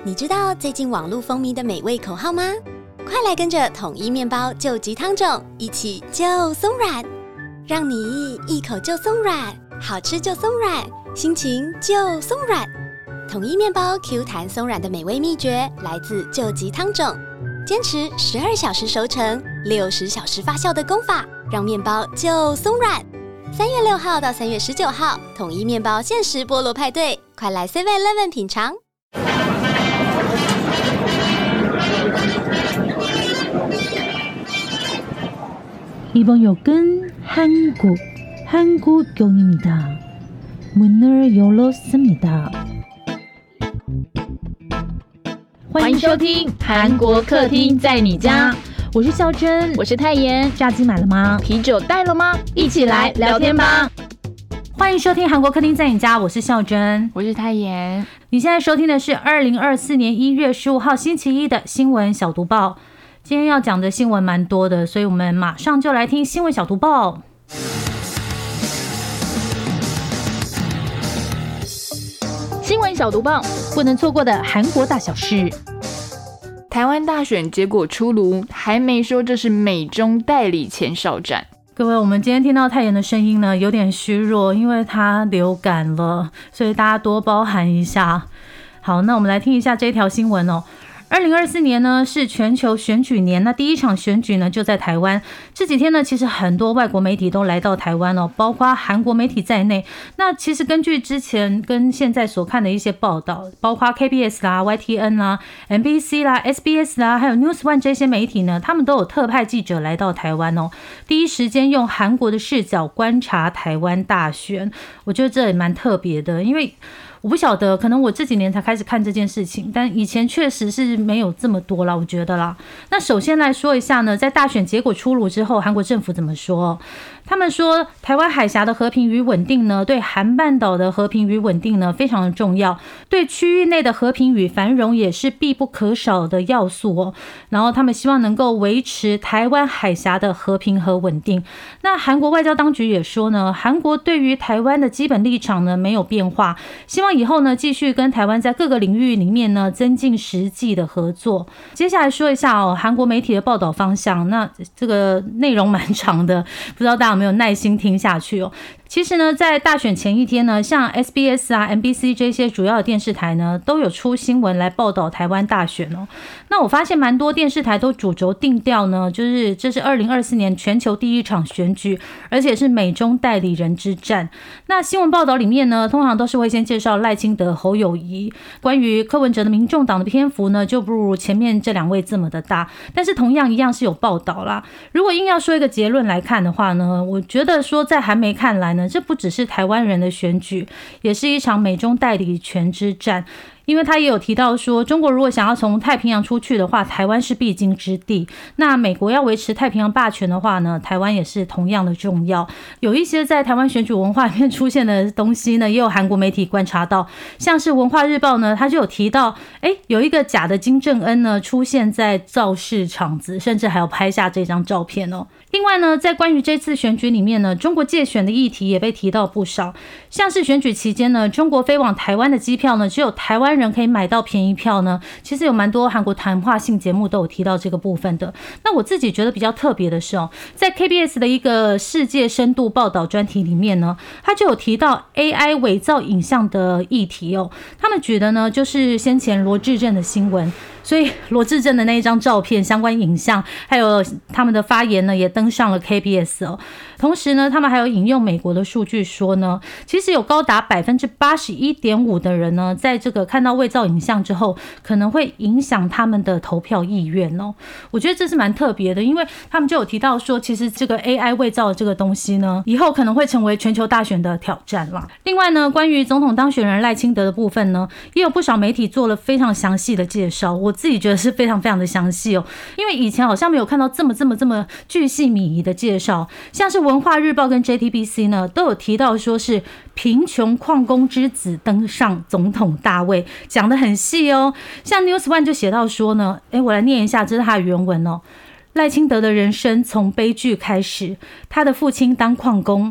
你知道最近网络风靡的美味口号吗？快来跟着统一面包救急汤种一起就松软，让你一口就松软，好吃就松软，心情就松软。统一面包 Q 弹松软的美味秘诀来自救急汤种，坚持12小时熟成、60小时发酵的功法，让面包就松软。3月6号到3月19号，统一面包限时菠萝派对，快来 7-Eleven 品尝。 이번 역은 한국역입니다. 문을 열었습니다. 欢迎收听韩国客厅在你家， 我是孝珍， 我是泰妍。 炸鸡买了吗？ 啤酒带了吗？一起来聊天吧。 欢迎收听韩国客厅在你家，我是孝珍， 我是泰妍。 你现在收听的是2024年1月15号星期一的新闻小读报。今天要讲的新闻蛮多的，所以我们马上就来听新闻小读报。 新闻小读报， 不能错过的韩国大小事。 台湾大选结果出炉，还没说这是美中代理前哨战。 各位，我们今天听到泰妍的声音呢，有点虚弱，因为他流感了，所以大家多包涵一下。好，那我们来听一下这条新闻哦。2024年呢是全球选举年，那第一场选举呢就在台湾。这几天呢，其实很多外国媒体都来到台湾哦，包括韩国媒体在内。那其实根据之前跟现在所看的一些报道，包括 KBS 啦、YTN 啦、MBC 啦、SBS 啦，还有 News One 这些媒体呢，他们都有特派记者来到台湾哦，第一时间用韩国的视角观察台湾大选。我觉得这也蛮特别的，因为我不晓得，可能我这几年才开始看这件事情，但以前确实是没有这么多啦，我觉得啦。那首先来说一下呢，在大选结果出炉之后，韩国政府怎么说？他们说，台湾海峡的和平与稳定呢，对韩半岛的和平与稳定呢，非常的重要，对区域内的和平与繁荣也是必不可少的要素哦。然后他们希望能够维持台湾海峡的和平和稳定。那韩国外交当局也说呢，韩国对于台湾的基本立场呢没有变化，希望以后呢继续跟台湾在各个领域里面呢增进实际的合作。接下来说一下哦，韩国媒体的报道方向，那这个内容蛮长的，不知道大家有没有耐心听下去哦。其实呢，在大选前一天呢，像 SBS 啊、MBC 这些主要的电视台呢，都有出新闻来报道台湾大选哦。那我发现蛮多电视台都主轴定调呢，就是这是2024年全球第一场选举，而且是美中代理人之战。那新闻报道里面呢，通常都是会先介绍赖清德、侯友宜，关于柯文哲的民众党的篇幅呢，就不如前面这两位这么的大，但是同样一样是有报道啦。如果硬要说一个结论来看的话呢，我觉得说在韩媒看来呢，这不只是台湾人的选举，也是一场美中代理权之战。因为他也有提到说，中国如果想要从太平洋出去的话，台湾是必经之地。那美国要维持太平洋霸权的话呢，台湾也是同样的重要。有一些在台湾选举文化里面出现的东西呢，也有韩国媒体观察到，像是文化日报呢，他就有提到，有一个假的金正恩呢出现在造势场子，甚至还有拍下这张照片哦。另外呢，在关于这次选举里面呢，中国介选的议题也被提到不少。像是选举期间呢，中国飞往台湾的机票呢，只有台湾人可以买到便宜票呢。其实有蛮多韩国谈话性节目都有提到这个部分的。那我自己觉得比较特别的是哦，在 KBS 的一个世界深度报道专题里面呢，他就有提到 AI 伪造影像的议题哦。他们举的呢，就是先前罗志正的新闻。所以罗志正的那一张照片、相关影像，还有他们的发言呢，也登上了 KBS 哦。同时呢，他们还有引用美国的数据说呢，其实有高达 81.5% 的人呢，在这个看到伪造影像之后，可能会影响他们的投票意愿哦。我觉得这是蛮特别的，因为他们就有提到说，其实这个 AI 伪造的这个东西呢，以后可能会成为全球大选的挑战啦。另外呢，关于总统当选人赖清德的部分呢，也有不少媒体做了非常详细的介绍，我自己觉得是非常非常的详细哦，因为以前好像没有看到这么巨细靡遗的介绍，像是文化日报跟 JTBC 呢都有提到说是贫穷矿工之子登上总统大位，讲得很细哦。像 News One 就写到说呢，我来念一下，这是他的原文哦。赖清德的人生从悲剧开始，他的父亲当矿工，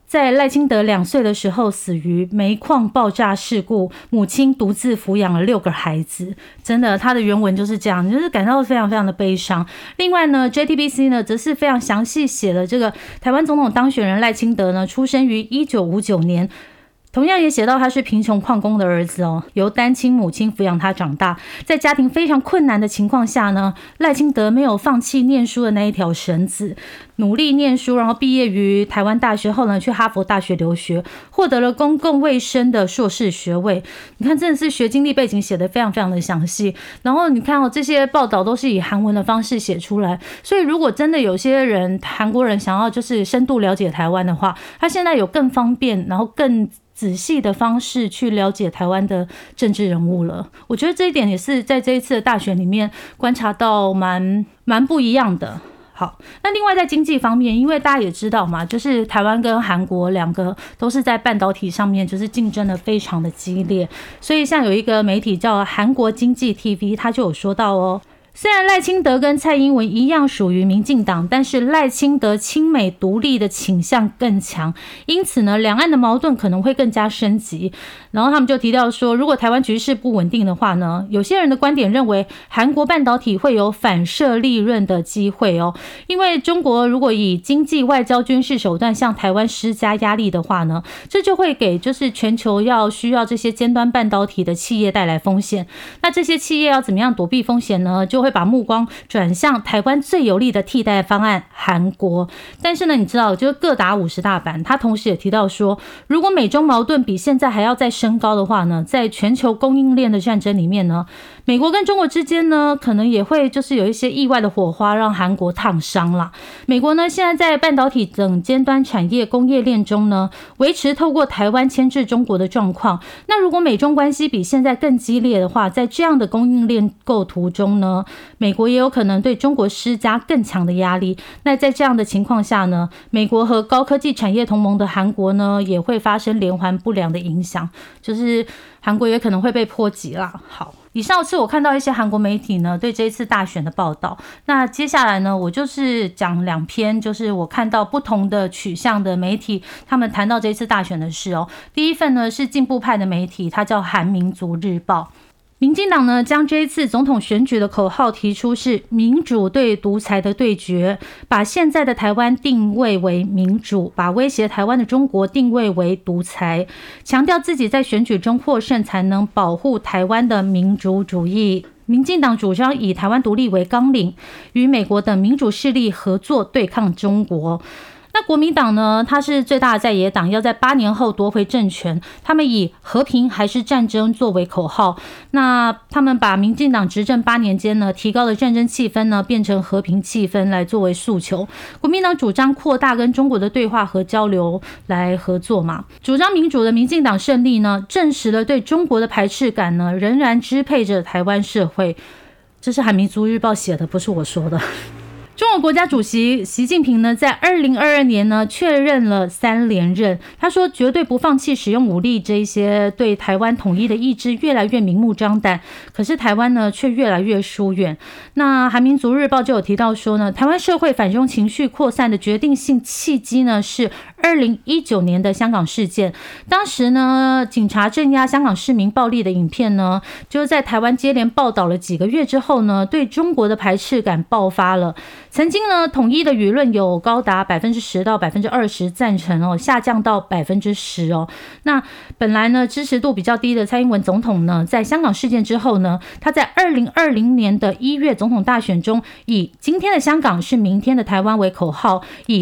在赖清德2岁的时候死于煤矿爆炸事故，母亲独自抚养了6个孩子。真的，他的原文就是这样，就是感到非常非常的悲伤。另外呢 JTBC 呢则是非常详细写了这个台湾总统当选人赖清德呢出生于1959年，同样也写到他是贫穷矿工的儿子哦，由单亲母亲抚养他长大，在家庭非常困难的情况下呢，赖清德没有放弃念书的那一条绳子，努力念书，然后毕业于台湾大学后呢，去哈佛大学留学，获得了公共卫生的硕士学位。你看，真的是学经历背景写得非常非常的详细。然后你看这些报道都是以韩文的方式写出来，所以如果真的有些人韩国人想要就是深度了解台湾的话，他现在有更方便，然后更仔细的方式去了解台湾的政治人物了。我觉得这一点也是在这一次的大选里面观察到蛮不一样的。好，那另外在经济方面，因为大家也知道嘛，就是台湾跟韩国2个都是在半导体上面就是竞争的非常的激烈，所以像有一个媒体叫韩国经济 TV， 他就有说到哦，虽然赖清德跟蔡英文一样属于民进党，但是赖清德亲美独立的倾向更强，因此呢，两岸的矛盾可能会更加升级。然后他们就提到说，如果台湾局势不稳定的话呢，有些人的观点认为韩国半导体会有反射利润的机会哦，因为中国如果以经济、外交、军事手段向台湾施加压力的话呢，这就会给就是全球需要这些尖端半导体的企业带来风险。那这些企业要怎么样躲避风险呢？就会把目光转向台湾最有利的替代方案韩国。但是呢，你知道，就各打50大板，他同时也提到说，如果美中矛盾比现在还要再升高的话呢，在全球供应链的战争里面呢，美国跟中国之间呢，可能也会就是有一些意外的火花，让韩国烫伤啦。美国呢，现在在半导体等尖端产业供业链中呢，维持透过台湾牵制中国的状况。那如果美中关系比现在更激烈的话，在这样的供应链构图中呢，美国也有可能对中国施加更强的压力。那在这样的情况下呢，美国和高科技产业同盟的韩国呢，也会发生连环不良的影响，就是韩国也可能会被波及啦。好，以上是我看到一些韩国媒体呢对这一次大选的报道。那接下来呢，我就是讲2篇，就是我看到不同的取向的媒体他们谈到这一次大选的事哦。第一份呢是进步派的媒体，它叫韩民族日报。民进党呢，将这一次总统选举的口号提出是民主对独裁的对决，把现在的台湾定位为民主，把威胁台湾的中国定位为独裁，强调自己在选举中获胜才能保护台湾的民主主义。民进党主张以台湾独立为纲领，与美国等民主势力合作对抗中国。那国民党呢，它是最大的在野党，要在8年后夺回政权，他们以和平还是战争作为口号。那他们把民进党执政8年间呢，提高的战争气氛呢，变成和平气氛来作为诉求。国民党主张扩大跟中国的对话和交流来合作嘛。主张民主的民进党胜利呢，证实了对中国的排斥感呢，仍然支配着台湾社会。这是韩民族日报写的，不是我说的。中国国家主席习近平呢，在2022年呢确认了3连任。他说绝对不放弃使用武力，这一些对台湾统一的意志越来越明目张胆。可是台湾呢却越来越疏远。那韩民族日报就有提到说呢，台湾社会反中情绪扩散的决定性契机呢是2019年的香港事件。当时呢，警察镇压香港市民暴力的影片呢，就是在台湾接连报道了几个月之后呢，对中国的排斥感爆发了。曾经呢，统一的舆论有高达10%到20%赞成哦，下降到10%哦。那本来呢支持度比较低的蔡英文总统呢，在香港事件之后呢，他在2020年的1月总统大选中，以今天的香港是明天的台湾为口号，以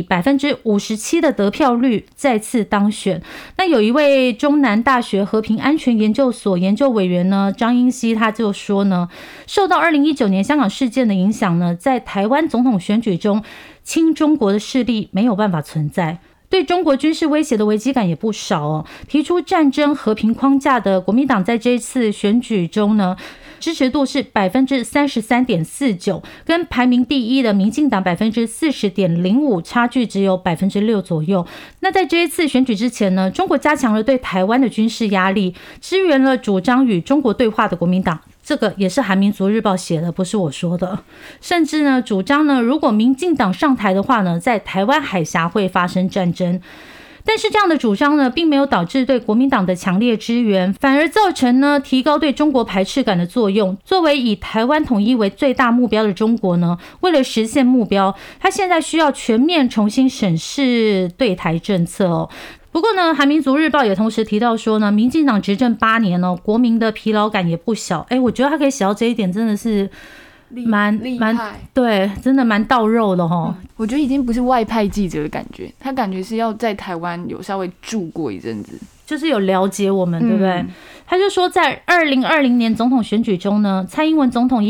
57%的得票率再次当选。那有一位中南大学和平安全研究所研究委员呢，张英熙他就说呢，受到2019年香港事件的影响呢，在台湾总统选举中，亲中国的势力没有办法存在，对中国军事威胁的危机感也不少哦。提出战争和平框架的国民党在这次选举中呢，支持度是 33.49%， 跟排名第一的民进党 40.05%， 差距只有 6% 左右。那在这一次选举之前呢，中国加强了对台湾的军事压力，支援了主张与中国对话的国民党。这个也是韩民族日报写的，不是我说的。甚至呢，主张呢，如果民进党上台的话呢，在台湾海峡会发生战争。 但是这样的主张呢，并没有导致对国民党的强烈支援，反而造成呢提高对中国排斥感的作用。作为以台湾统一为最大目标的中国呢，为了实现目标，他现在需要全面重新审视对台政策哦。不过呢，韩民族日报也同时提到说呢，民进党执政8年哦，国民的疲劳感也不小。我觉得他可以写到这一点，真的是蛮对，真的蛮到肉的齁。 我觉得已经不是外派记者的感觉，他感觉是要在台湾有稍微住过一阵子， 就是有了解我们，对不对？他就说，在2020年总统选举中呢，蔡英文总统以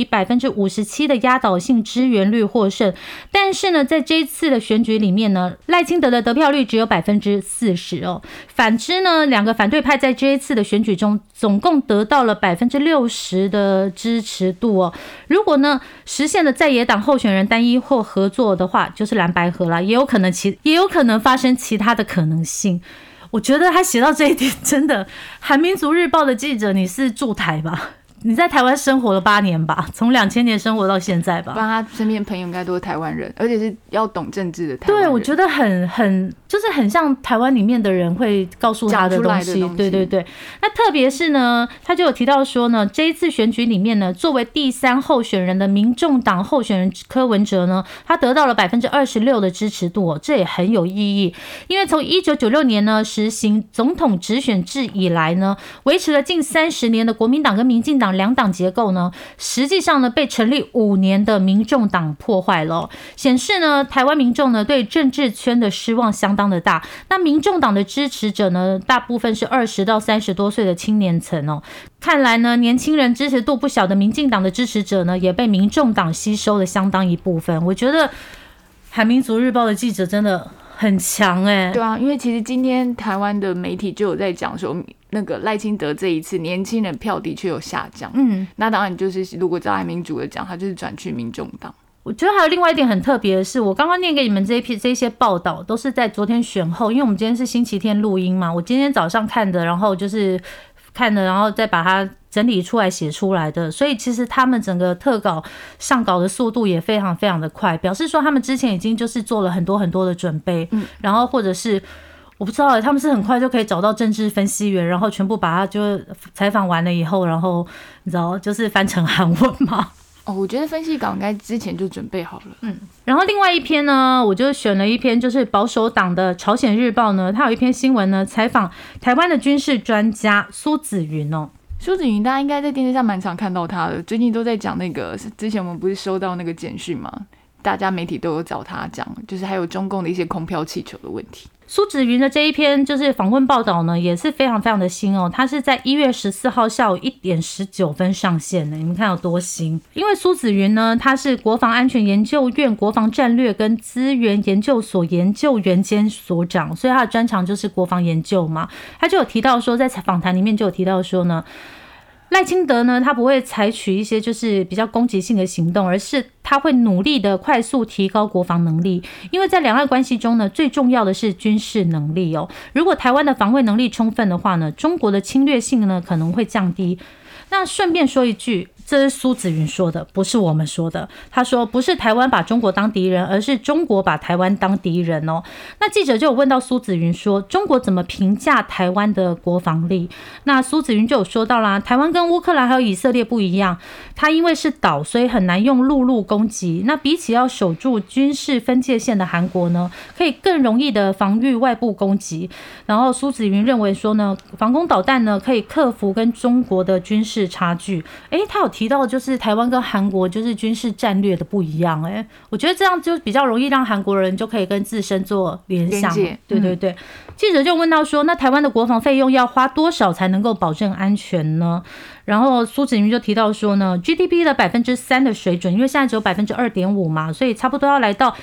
57%的压倒性支援率获胜，但是呢，在这一次的选举里面呢，赖清德的得票率只有40%哦。反之呢，两个反对派在这一次的选举中，总共得到了60%的支持度哦。如果呢实现了在野党候选人单一或合作的话，就是蓝白合啦，也有可能发生其他的可能性。我觉得他写到这一点，真的，韩民族日报的记者，你是驻台吧？你在台湾生活了8年吧，从2000年生活到现在吧。 不然他身边朋友应该都是台湾人，而且是要懂政治的台湾人。 对，我觉得就是很像台湾里面的人会告诉他的东西。对对对。那特别是呢，他就有提到说呢，这一次选举里面呢，作为第3候选人的民众党候选人柯文哲呢，他得到了26%的支持度哦，这也很有意义。因为从1996年呢实行总统直选制以来呢，维持了近30年的国民党跟民进党2党结构呢，实际上呢被成立5年的民众党破坏了，显示呢台湾民众呢对政治圈的失望相当的大。那民众党的支持者呢，大部分是20到30多岁的青年层哦。看来呢，年轻人支持度不小的民进党的支持者呢，也被民众党吸收了相当一部分。我觉得韩民族日报的记者真的很强对啊，因为其实今天台湾的媒体就有在讲说，那个赖清德这一次年轻人票的确有下降。那当然就是如果照韩民族的讲，他就是转去民众党。 我觉得还有另外一点很特别的是，我刚刚念给你们这些报道都是在昨天选后，因为我们今天是星期天录音嘛，我今天早上看的，然后就是看的，然后再把它整理出来写出来的，所以其实他们整个特稿上稿的速度也非常非常的快，表示说他们之前已经就是做了很多很多的准备，然后或者是我不知道他们是很快就可以找到政治分析员，然后全部把它就采访完了以后，然后你知道就是翻成韩文嘛。 我觉得分析稿应该之前就准备好了。 然后另外一篇呢，我就选了一篇，就是保守党的朝鲜日报呢，它有一篇新闻呢，采访台湾的军事专家苏紫云哦。 苏紫云大家应该在电视上蛮常看到他的，最近都在讲那个，之前我们不是收到那个简讯吗？大家媒体都有找他讲，就是还有中共的一些空飘气球的问题。 苏紫云的这一篇就是访问报道呢，也是非常非常的新哦。它是在1月14号下午1点19分上线的，你们看有多新？因为苏紫云呢，他是国防安全研究院国防战略跟资源研究所研究员兼所长，所以他的专长就是国防研究嘛。他就有提到说，在访谈里面就有提到说呢，赖清德呢，他不会采取一些就是比较攻击性的行动，而是他会努力的快速提高国防能力。因为在两岸关系中呢，最重要的是军事能力哦。如果台湾的防卫能力充分的话呢，中国的侵略性呢可能会降低。那顺便说一句，这是苏紫云说的，不是我们说的。他说不是台湾把中国当敌人，而是中国把台湾当敌人哦。那记者就有问到苏紫云说，中国怎么评价台湾的国防力？那苏紫云就有说到啦，台湾跟乌克兰还有以色列不一样，它因为是岛，所以很难用陆路攻击。那比起要守住军事分界线的韩国呢，可以更容易的防御外部攻击。然后苏紫云认为说呢，防空导弹呢可以克服跟中国的军事差距。他有提到就是台湾跟韩国就是军事战略的不一样。我觉得这样就比较容易让韩国人就可以跟自身做联想。对对对。记者就问到说，那台湾的国防费用要花多少才能够保证安全呢？然后苏紫云就提到说呢 ，GDP 的3%的水准，因为现在只有2.5%嘛，所以差不多要来到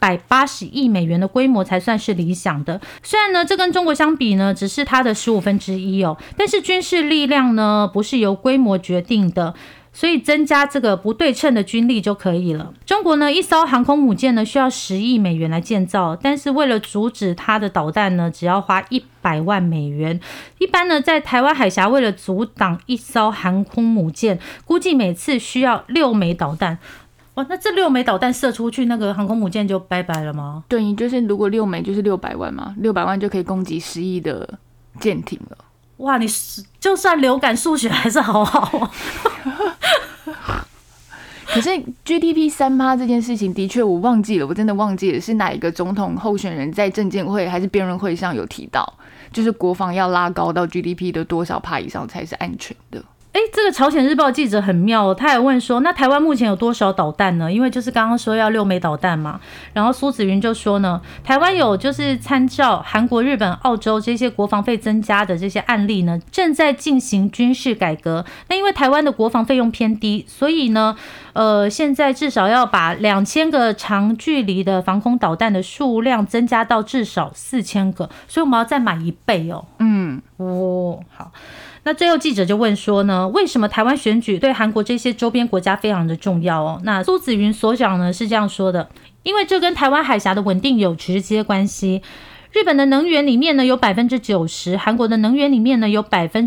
180亿美元的规模才算是理想的。虽然呢，这跟中国相比呢，只是它的1/15哦，但是军事力量呢，不是由规模决定的。所以增加这个不对称的军力就可以了。中国呢，一艘航空母舰呢需要10亿美元来建造，但是为了阻止它的导弹呢，只要花100万美元。一般呢，在台湾海峡为了阻挡一艘航空母舰，估计每次需要6枚导弹。 哇，那这6枚导弹射出去，那个航空母舰就拜拜了吗？ 对，就是如果6枚就是600万嘛，600万就可以攻击10亿的舰艇了。 哇，你就算流感数学还是好好啊。 可是 GDP 3%这件事情，的确我忘记了，我真的忘记了是哪一个总统候选人在政见会还是辩论会上有提到，就是国防要拉高到 GDP 的多少%以上才是安全的。 这个朝鲜日报记者很妙，他也问说，那台湾目前有多少导弹呢？因为就是刚刚说要6枚导弹嘛，然后苏紫云就说呢，台湾有就是参照韩国、日本、澳洲这些国防费增加的这些案例呢，正在进行军事改革。那因为台湾的国防费用偏低，所以呢，现在至少要把2000个长距离的防空导弹的数量增加到至少4000个，所以我们要再买1倍哦。好。那最后记者就问说呢，为什么台湾选举对韩国这些周边国家非常的重要哦？那苏紫云所长呢是这样说的，因为这跟台湾海峡的稳定有直接关系。日本的能源里面呢有 90%， 韩国的能源里面呢有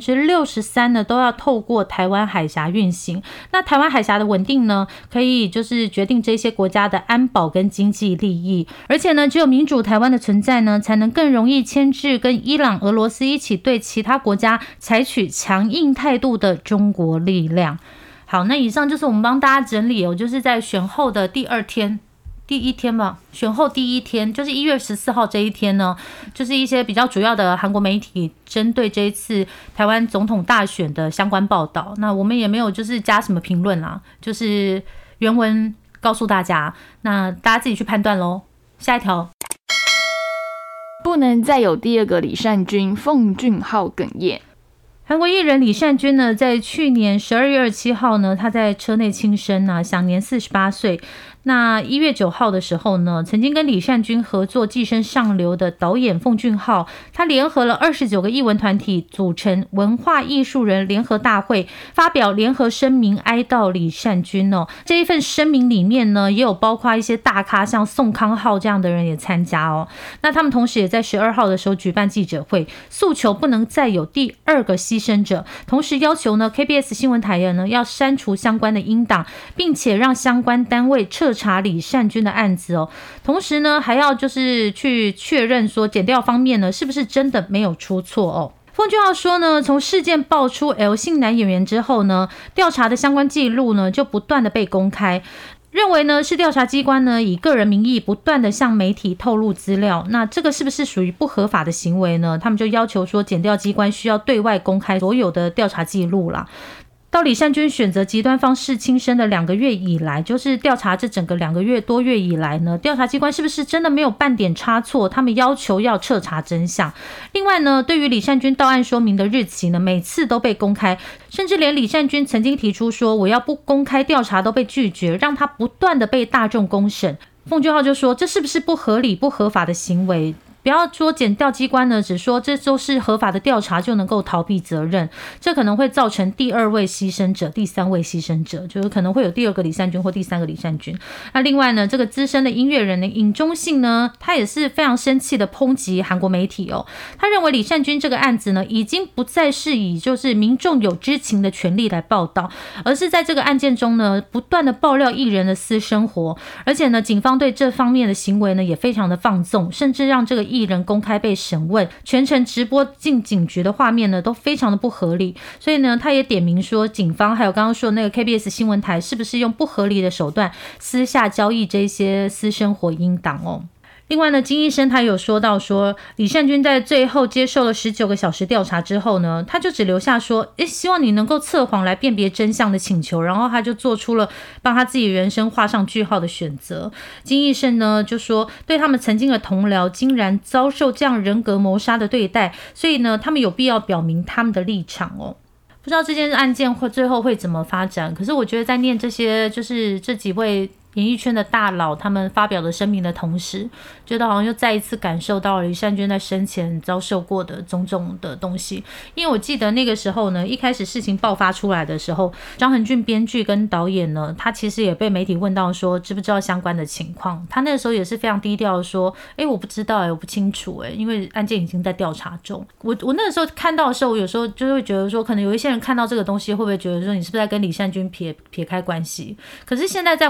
63% 呢都要透过台湾海峡运行。那台湾海峡的稳定呢，可以就是决定这些国家的安保跟经济利益，而且呢，只有民主台湾的存在呢，才能更容易牵制跟伊朗、俄罗斯一起对其他国家采取强硬态度的中国力量。好，那以上就是我们帮大家整理哦，就是在选后的第一天吧，选后第一天，就是1月14号这一天呢，就是一些比较主要的韩国媒体针对这一次台湾总统大选的相关报道。那我们也没有就是加什么评论啦，就是原文告诉大家，那大家自己去判断咯。下一条， 不能再有第2个李善均，奉俊昊哽咽。 韩国艺人李善均呢，在去年12月27号呢，他在车内轻生啊，享年48岁。那1月9号的时候呢，曾经跟李善均合作《寄生上流》的导演奉俊昊，他联合了29个艺文团体，组成文化艺术人联合大会，发表联合声明哀悼李善均哦。这一份声明里面呢，也有包括一些大咖，像宋康昊这样的人也参加哦。那他们同时也在12号的时候举办记者会，诉求不能再有第2个牺牲者，同时要求呢 KBS 新闻台呢要删除相关的音档，并且让相关单位彻查李善均的案子哦。同时呢，还要就是去确认说检调方面呢是不是真的没有出错哦。奉俊昊说呢，从事件爆出 L 姓男演员之后呢，调查的相关记录呢就不断的被公开。认为呢是调查机关呢以个人名义不断的向媒体透露资料，那这个是不是属于不合法的行为呢？他们就要求说检调机关需要对外公开所有的调查记录啦。到李善均选择极端方式轻生的2个月以来，就是调查这整个2个多月以来呢，调查机关是不是真的没有半点差错？他们要求要彻查真相。另外呢，对于李善均到案说明的日期呢，每次都被公开，甚至连李善均曾经提出说我要不公开调查都被拒绝，让他不断的被大众公审。奉俊昊就说这是不是不合理不合法的行为？不要说检调机关呢，只说这就是合法的调查就能够逃避责任，这可能会造成第2位牺牲者、第3位牺牲者，就是可能会有第2个李善均或第3个李善均。那另外呢，这个资深的音乐人呢尹中信呢，他也是非常生气的抨击韩国媒体哦。他认为李善均这个案子呢，已经不再是以就是民众有知情的权利来报道，而是在这个案件中呢，不断的爆料艺人的私生活，而且呢，警方对这方面的行为呢也非常的放纵，甚至让这个艺人公开被审问，全程直播进警局的画面呢都非常的不合理。所以呢，他也点名说警方还有刚刚说的那个 KBS 新闻台是不是用不合理的手段私下交易这些私生活音档哦。另外呢，金医生他有说到说，李善均在最后接受了19个小时调查之后呢，他就只留下说希望你能够测谎来辨别真相的请求，然后他就做出了帮他自己人生画上句号的选择。金医生呢就说，对他们曾经的同僚竟然遭受这样人格谋杀的对待，所以呢，他们有必要表明他们的立场哦。不知道这件案件最后会怎么发展，可是我觉得在念这些就是这几位演艺圈的大佬他们发表的声明的同时，觉得好像又再一次感受到了李善均在生前遭受过的种种的东西。因为我记得那个时候呢，一开始事情爆发出来的时候，张恒俊编剧跟导演呢，他其实也被媒体问到说知不知道相关的情况，他那个时候也是非常低调的说我不知道我不清楚因为案件已经在调查中。我那个时候看到的时候，我有时候就会觉得说，可能有一些人看到这个东西会不会觉得说你是不是在跟李善均撇开关系，可是现在再回头想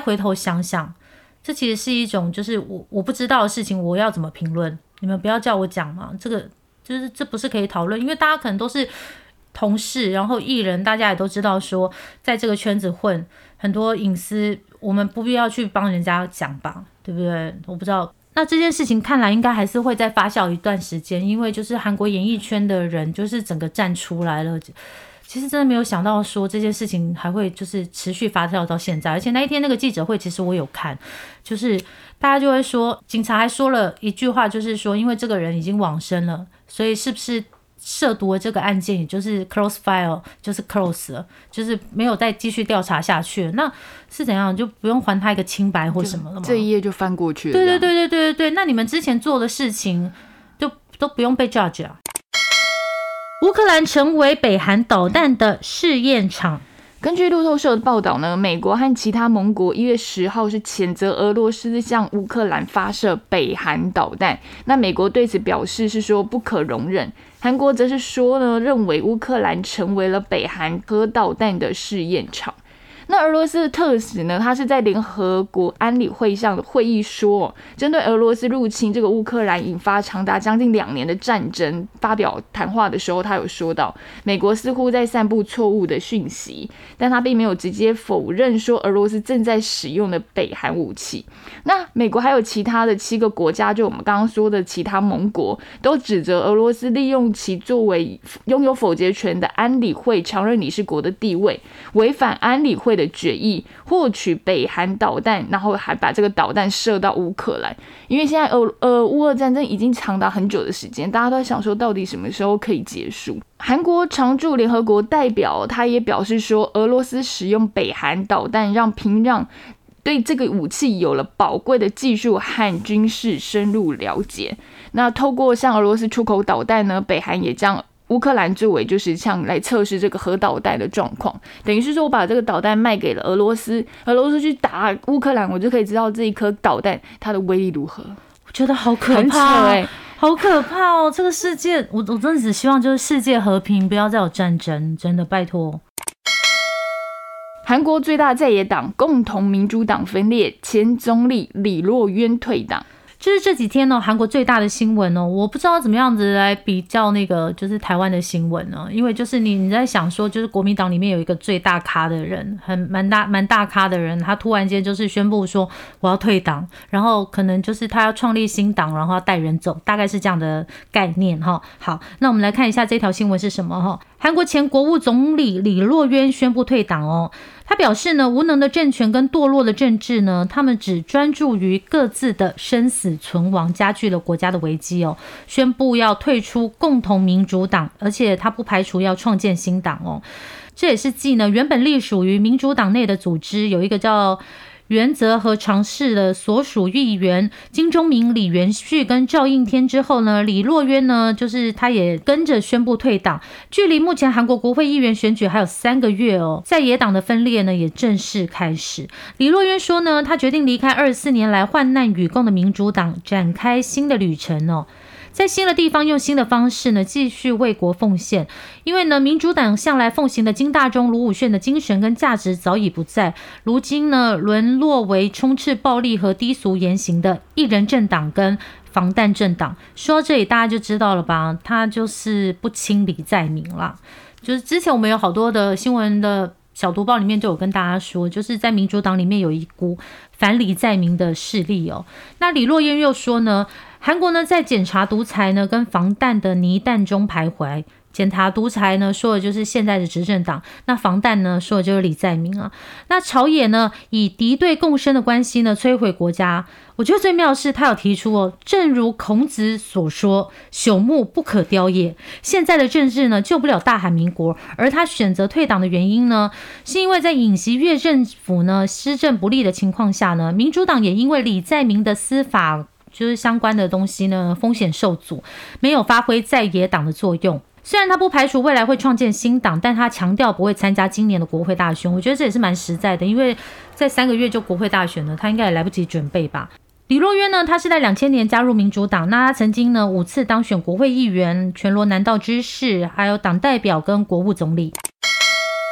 想想，这其实是一种就是我不知道的事情，我要怎么评论？你们不要叫我讲嘛，这个就是这不是可以讨论，因为大家可能都是同事，然后艺人，大家也都知道说，在这个圈子混，很多隐私我们不必要去帮人家讲吧，对不对？我不知道。那这件事情看来应该还是会再发酵一段时间，因为就是韩国演艺圈的人就是整个站出来了。其实真的没有想到说这件事情还会就是持续发酵到现在，而且那一天那个记者会其实我有看，就是大家就会说，警察还说了一句话，就是说因为这个人已经往生了，所以是不是涉毒的这个案件也就是 close file， 就是 close 了，就是没有再继续调查下去了，那是怎样就不用还他一个清白或什么了吗？ 这一页就翻过去了。 对，那你们之前做的事情就都不用被 judge 啊。乌克兰成为北韩导弹的试验场。 根据路透社的报道呢，美国和其他盟国1月10号是谴责俄罗斯向乌克兰发射北韩导弹。那美国对此表示是说不可容忍，韩国则是说呢，认为乌克兰成为了北韩核导弹的试验场。那俄罗斯的特使呢，他是在联合国安理会上的会议说，针对俄罗斯入侵这个乌克兰引发长达将近2年的战争，发表谈话的时候，他有说到，美国似乎在散布错误的讯息，但他并没有直接否认说俄罗斯正在使用的北韩武器。那美国还有其他的7个国家，就我们刚刚说的其他盟国，都指责俄罗斯利用其作为拥有否决权的安理会常任理事国的地位，违反安理会的决议，获取北韩导弹，然后还把这个导弹射到乌克兰。因为现在乌俄战争已经长达很久的时间，大家都在想说到底什么时候可以结束。韩国常驻联合国代表他也表示说，俄罗斯使用北韩导弹让平壤对这个武器有了宝贵的技术和军事深入了解。那透过向俄罗斯出口导弹呢，北韩也将乌克兰作为就是像来测试这个核导弹的状况，等于是说我把这个导弹卖给了俄罗斯，俄罗斯去打乌克兰，我就可以知道这一颗导弹它的威力如何。 我觉得好可怕，好可怕哦！这个世界，我真的只希望就是世界和平，不要再有战争，真的拜托。 韩国最大在野党共同民主党分裂，前总理李若渊退党。 就是这几天呢，韩国最大的新闻哦，我不知道怎么样子来比较那个就是台湾的新闻呢，因为就是你在想说，就是国民党里面有一个最大咖的人，蛮大咖的人，他突然间就是宣布说我要退党，然后可能就是他要创立新党，然后要带人走，大概是这样的概念哈。好，那我们来看一下这条新闻是什么哈。韩国前国务总理李若渊宣布退党哦。他表示呢，无能的政权跟堕落的政治呢，他们只专注于各自的生死存亡，加剧了国家的危机哦。宣布要退出共同民主党，而且他不排除要创建新党哦。这也是继呢原本隶属于民主党内的组织有一个叫原则和尝试的所属议员金钟民、李元旭跟赵应天之后呢，李若渊呢，就是他也跟着宣布退党。距离目前韩国国会议员选举还有3个月哦，在野党的分裂呢也正式开始。李若渊说呢，他决定离开24年来患难与共的民主党，展开新的旅程哦。在新的地方用新的方式呢，继续为国奉献。因为呢，民主党向来奉行的金大中、卢武铉的精神跟价值早已不在，如今呢，沦落为充斥暴力和低俗言行的一人政党跟防弹政党。说到这里，大家就知道了吧？他就是不亲李在明啦。就是之前我们有好多的新闻的小读报里面都有跟大家说，就是在民主党里面有一股反李在明的势力哦。那李若渊又说呢，韩国呢在检查独裁呢跟防弹的泥弹中徘徊。检查独裁呢说的就是现在的执政党，那防弹呢说的就是李在明啊。那朝野呢以敌对共生的关系呢摧毁国家。我觉得最妙的是他有提出哦，正如孔子所说，朽木不可雕也。现在的政治呢救不了大韩民国，而他选择退党的原因呢，是因为在尹锡悦政府呢施政不力的情况下呢，民主党也因为李在明的司法就是相关的东西呢风险受阻，没有发挥在野党的作用。虽然他不排除未来会创建新党，但他强调不会参加今年的国会大选。我觉得这也是蛮实在的，因为在3个月就国会大选了，他应该也来不及准备吧。李若渊呢，他是在2000年加入民主党，那他曾经呢5次当选国会议员、全罗南道知事，还有党代表跟国务总理。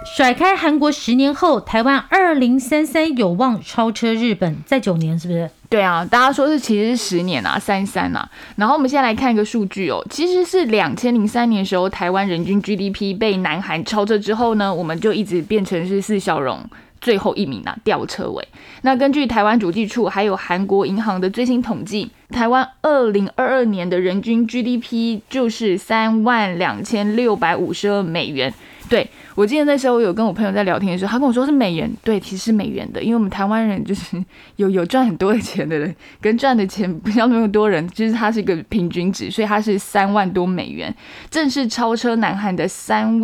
甩开韩国10年后，台湾2033有望超车日本，再9年是不是？ 对啊，大家说是其实是10年啊，33啊。然后我们现在来看一个数据哦，其实是2003年的时候，台湾人均 GDP 被南韩超车之后呢，我们就一直变成是4小龙最后一名啊，吊车尾。那根据台湾主计处还有韩国银行的最新统计，台湾2022年的人均 GDP 就是32652美元。对，我记得那时候有跟我朋友在聊天的时候，他跟我说是美元，对，其实是美元的，因为我们台湾人就是有赚很多的钱的人，跟赚的钱不像那么多人，就是它是一个平均值，所以它是3万多美元，正式超车南韩的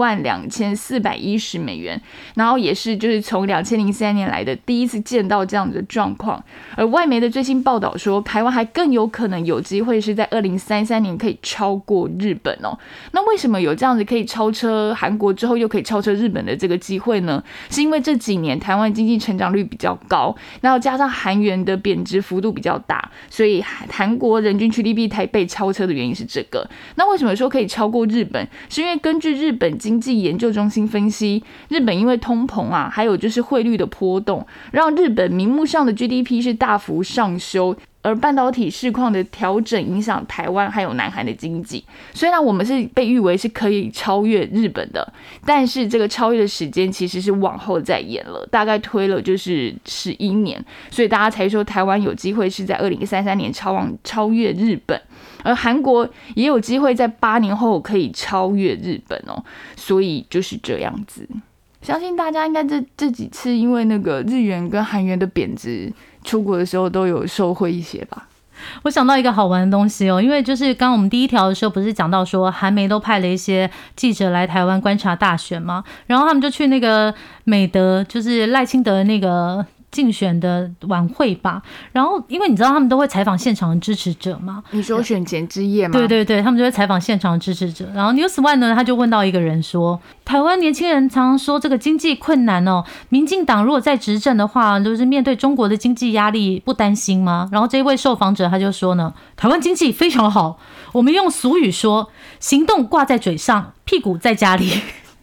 32410美元，然后也是就是从2003年来的第一次见到这样的状况。而外媒的最新报道说，台湾还更有可能有机会是在2033年可以超过日本哦。那为什么有这样子可以超车韩国之后又可以超车日本的这个机会呢？是因为这几年台湾经济成长率比较高，然后加上韩元的贬值幅度比较大，所以韩国人均 GDP 才被超车的原因是这个。那为什么说可以超过日本？是因为根据日本经济研究中心分析，日本因为通膨啊，还有就是汇率的波动，让日本名目上的 GDP 是大幅上修，而半导体市况的调整影响台湾还有南韩的经济。虽然我们是被誉为是可以超越日本的，但是这个超越的时间其实是往后再延了，大概推了就是11年，所以大家才说台湾有机会是在2033年超越日本，而韩国也有机会在8年后可以超越日本哦，所以就是这样子。相信大家应该这几次因为那个日元跟韩元的贬值，出国的时候都有受惠一些吧。 我想到一个好玩的东西哦，因为就是刚刚我们第一条的时候不是讲到说韩媒都派了一些记者来台湾观察大选嘛，然后他们就去那个美德，就是赖清德那个竞选的晚会吧，然后因为你知道他们都会采访现场的支持者嘛， 你说选前之夜吗？ 对对对，他们就会采访现场的支持者。然后 News One 呢，他就问到一个人说，台湾年轻人常常说这个经济困难哦，民进党如果在执政的话，就是面对中国的经济压力不担心吗？然后这一位受访者他就说呢，台湾经济非常好，我们用俗语说，行动挂在嘴上，屁股在家里。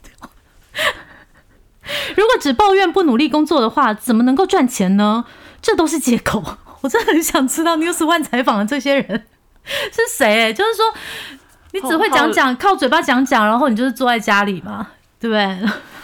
如果只抱怨不努力工作的话，怎么能够赚钱呢？这都是借口。我真的很想知道 News One 采访的这些人是谁就是说，你只会讲讲，靠嘴巴讲讲，然后你就是坐在家里嘛，对不对？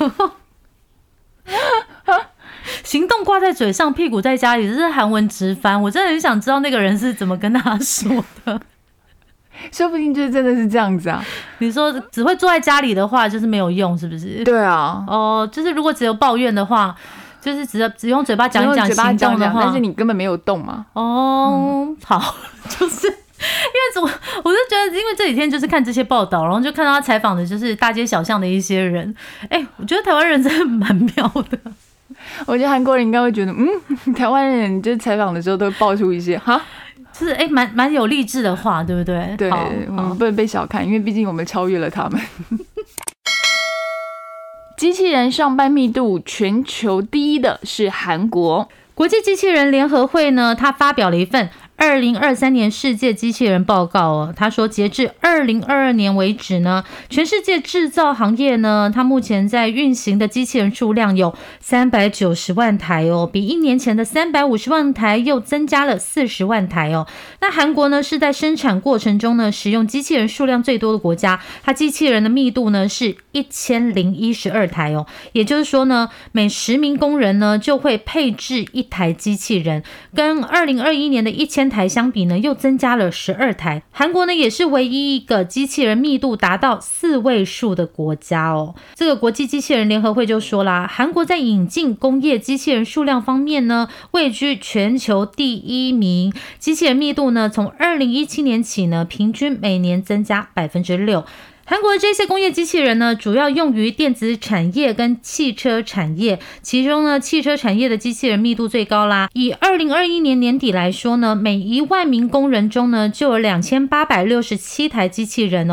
行动挂在嘴上，屁股在家里，这是韩文直翻。我真的很想知道那个人是怎么跟他说的。 说不定就真的是这样子啊！ 你说只会坐在家里的话，就是没有用，是不是？ 对啊。 哦，就是如果只有抱怨的话，就是只用嘴巴讲一讲行动的话， 但是你根本没有动嘛。 哦，好，就是因为我就觉得，因为这几天就是看这些报道，然后就看到他采访的就是大街小巷的一些人，我觉得台湾人真的蛮妙的。 我觉得韩国人应该会觉得，台湾人就是采访的时候都会爆出一些哈。 就是蛮有励志的话，对不对？ 对，我们不能被小看，因为毕竟我们超越了他们。机器人上班密度全球第一的是韩国。 国际机器人联合会呢，它发表了一份2023年世界机器人报告哦。他说，截至2022年为止呢，全世界制造行业呢，它目前在运行的机器人数量有390万台哦，比1年前的350万台又增加了40万台哦。那韩国呢，是在生产过程中呢，使用机器人数量最多的国家，它机器人的密度呢是1012台哦。也就是说呢，每10名工人呢就会配置1台机器人，跟2021年的1000台相比呢，又增加了12台。韩国呢，也是唯一一个机器人密度达到4位数的国家哦。这个国际机器人联合会就说啦，韩国在引进工业机器人数量方面呢，位居全球第1名。机器人密度呢，从2017年起呢，平均每年增加6%。韩国的这些工业机器人呢，主要用于电子产业跟汽车产业，其中呢，汽车产业的机器人密度最高啦。以2021年年底来说呢，每1万名工人中呢，就有2867台机器人哦，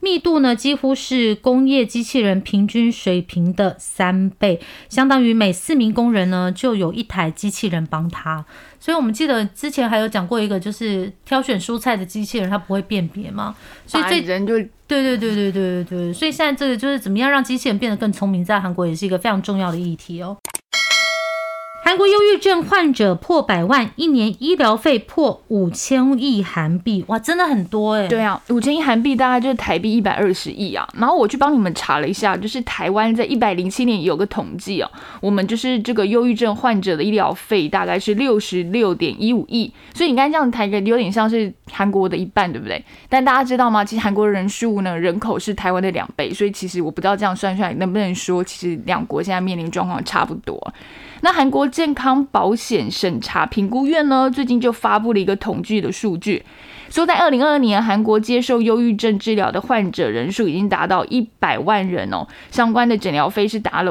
密度呢几乎是工业机器人平均水平的3倍，相当于每4名工人呢就有1台机器人帮他。所以我们记得之前还有讲过一个，就是挑选蔬菜的机器人它不会辨别嘛，所以这人就对，所以现在这个就是怎么样让机器人变得更聪明，在韩国也是一个非常重要的议题哦。韩国忧郁症患者破100万，一年医疗费破5000亿韩币，哇，真的很多哎。 对啊，5000亿韩币大概就是台币120亿啊。然后我去帮你们查了一下，就是台湾在107年有个统计啊，我们就是这个忧郁症患者的医疗费大概是66.15亿，所以你刚才这样抬个有点像是韩国的一半，对不对？但大家知道吗？其实韩国人数呢，人口是台湾的2倍，所以其实我不知道这样算出来能不能说，其实两国现在面临状况差不多。那韩国健康保险审查评估院呢，最近就发布了一个统计的数据，说在2022年，韩国接受忧郁症治疗的患者人数已经达到100万人哦，相关的诊疗费是达了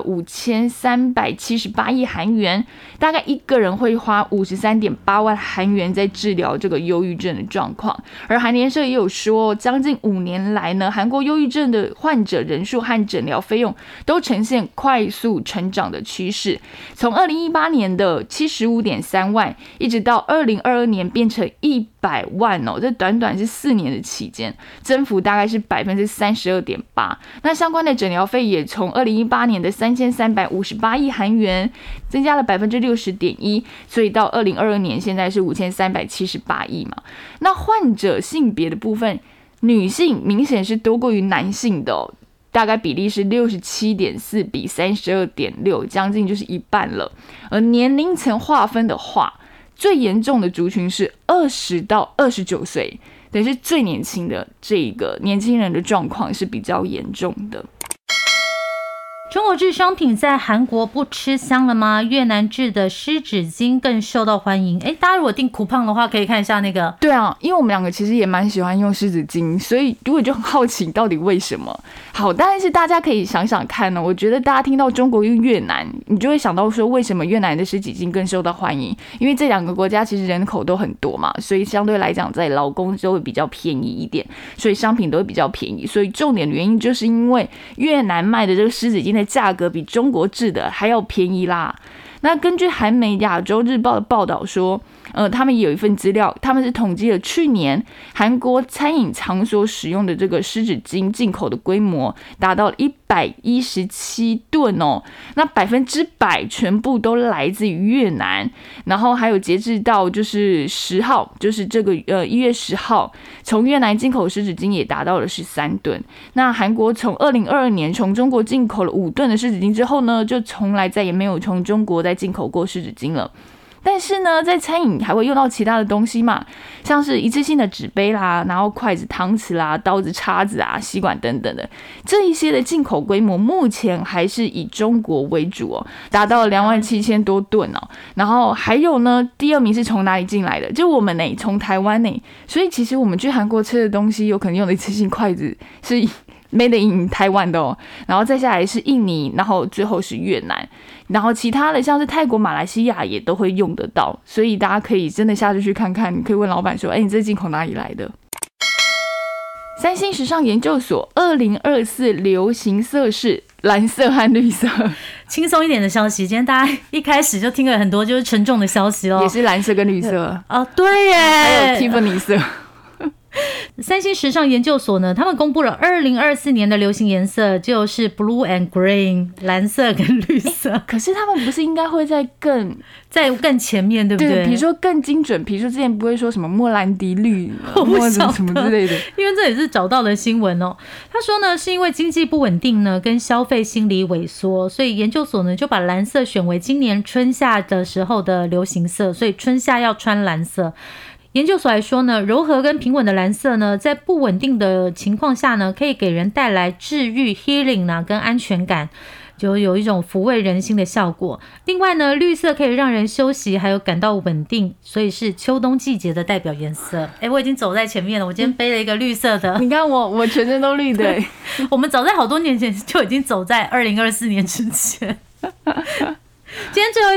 5378亿韩元，大概一个人会花53.8万韩元在治疗这个忧郁症的状况。而韩联社也有说，将近5年来呢，韩国忧郁症的患者人数和诊疗费用都呈现快速成长的趋势，从2018年的75.3万，一直到2022年变成100万哦，这短短是4年的期间，增幅大概是32.8%。那相关的诊疗费也从2018年的3358亿韩元增加了60.1%，所以到2022年现在是5378亿嘛。那患者性别的部分，女性明显是多过于男性的哦，大概比例是67.4比32.6，将近就是一半了。而年龄层划分的话，最严重的族群是20到29岁，等于是最年轻的这个年轻人的状况是比较严重的。 中国制商品在韩国不吃香了吗？越南制的湿纸巾更受到欢迎。大家如果订coupon的话，可以看一下那个。 对啊，因为我们两个其实也蛮喜欢用湿纸巾，所以如果就很好奇到底为什么。好，但是大家可以想想看呢。我觉得大家听到中国跟越南，你就会想到说，为什么越南的湿纸巾更受到欢迎？因为这2个国家其实人口都很多嘛，所以相对来讲，在劳工就会比较便宜一点，所以商品都会比较便宜。所以重点的原因就是因为越南卖的这个湿纸巾的价格比中国制的还要便宜啦。那根据韩媒亚洲日报的报道说，他们也有一份资料，他们是统计了去年韩国餐饮场所使用的这个湿纸巾进口的规模达到117吨哦，那100%全部都来自于越南。然后还有截至到就是10号，就是这个1月10号，从越南进口湿纸巾也达到了13吨。那韩国从2022年从中国进口了5吨的湿纸巾之后呢，就从来再也没有从中国再进口过湿纸巾了。但是呢，在餐饮还会用到其他的东西嘛，像是一次性的纸杯啦，然后筷子、汤匙啦、刀子、叉子啊、吸管等等的，这一些的进口规模目前还是以中国为主哦，达到了27000多吨哦。然后还有呢，第2名是从哪里进来的？就我们呢，从台湾呢。所以其实我们去韩国吃的东西，有可能用的一次性筷子是made in 台湾的哦，然后再下来是印尼，然后最后是越南，然后其他的像是泰国、马来西亚也都会用得到，所以大家可以真的下次去看看，你可以问老板说，你这进口哪里来的？三星时尚研究所2024流行色是蓝色和绿色。 轻松一点的消息，今天大家一开始就听了很多就是沉重的消息哦， 也是蓝色跟绿色哦，对耶， 还有 Tiffany 色。 三星时尚研究所呢，他们公布了2024年的流行颜色，就是 blue and green， 蓝色跟绿色。 可是他们不是应该会在更前面，对不对？ 对，比如说更精准，比如说之前不会说什么莫兰迪绿、莫什么之类的， 因为这也是找到的新闻哦。他说呢，是因为经济不稳定呢，跟消费心理萎缩，所以研究所呢就把蓝色选为今年春夏的时候的流行色，所以春夏要穿蓝色。研究所来说呢，柔和跟平稳的蓝色呢，在不稳定的情况下呢，可以给人带来治愈 healing 啊，跟安全感，就有一种抚慰人心的效果。另外呢，绿色可以让人休息，还有感到稳定，所以是秋冬季节的代表颜色。我已经走在前面了，我今天背了一个绿色的。 你看我全身都绿的。 我们早在好多年前就已经走在2024年之前。今天最后一条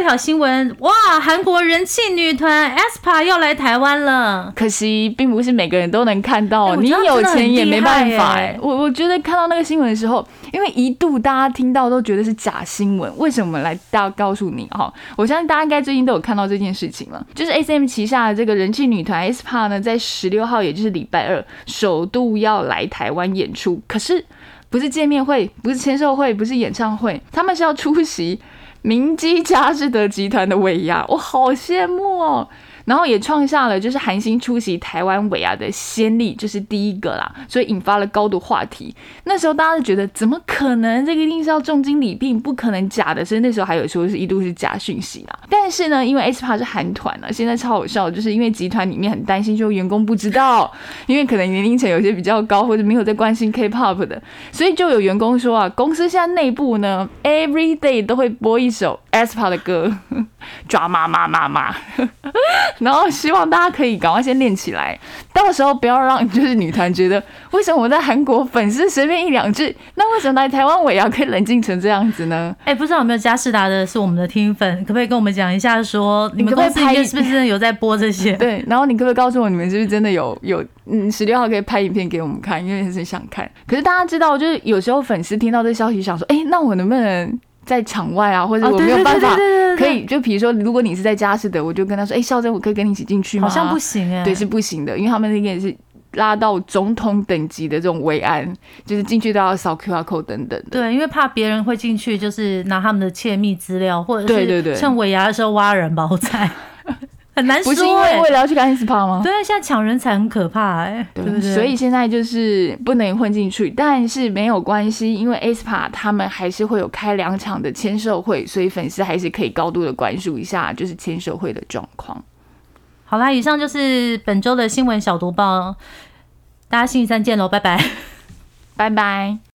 条新闻，哇，韩国人气女团 aespa 要来台湾了。 可惜并不是每个人都能看到，你你有钱也没办法我觉得看到那个新闻的时候，因为一度大家听到都觉得是假新闻，为什么？来大家告诉你哈，我相信大家应该最近都有看到这件事情了，就是 SM 旗下的这个人气女团 aespa 呢，在16号，也就是礼拜二，首度要来台湾演出，可是不是见面会，不是签售会，不是演唱会，他们是要出席明基佳士得集团的尾牙，我好羡慕哦。然后也创下了就是韩星出席台湾尾牙的先例，这是第一个啦，所以引发了高度话题。那时候大家就觉得怎么可能，这个一定是要重金礼聘，不可能假的，所以那时候还有说是一度是假讯息啦。但是呢，因为 aespa 是韩团啊，现在超好笑，就是因为集团里面很担心说员工不知道，因为可能年龄层有些比较高或者没有在关心 K-pop 的，所以就有员工说啊，公司现在内部呢 every day 都会播一首 aespa 的歌抓妈妈妈妈然后希望大家可以赶快先练起来，到时候不要让就是女团觉得为什么我在韩国粉丝随便一两句，那为什么来台湾尾牙可以冷静成这样子呢？ 不知道有没有嘉士达的是我们的听粉，可不可以跟我们讲一下说你们公司里面是不是真的有在播这些？ 对，然后你可不可以告诉我你们是不是真的有16号可以拍影片给我们看，因为很想看。可是大家知道，就是有时候粉丝听到这消息想说，那我能不能在场外啊，或者我没有办法可以，就比如说如果你是在嘉士得，我就跟他说孝珍我可以跟你一起进去吗？ 好像不行对，是不行的，因为他们那个也是拉到总统等级的这种维安，就是进去都要扫 QR code 等等的。 对，因为怕别人会进去就是拿他们的窃密资料，或者是趁尾牙的时候挖人包菜很难说。不是因为为了要去看 aespa 吗？ 对，现在抢人才很可怕对不对？ 所以现在就是不能混进去，但是没有关系，因为 aespa 他们还是会有开2场的签售会，所以粉丝还是可以高度的关注一下就是签售会的状况。 好啦，以上就是本周的新闻小读报，大家星期三见喽，拜拜， 拜拜。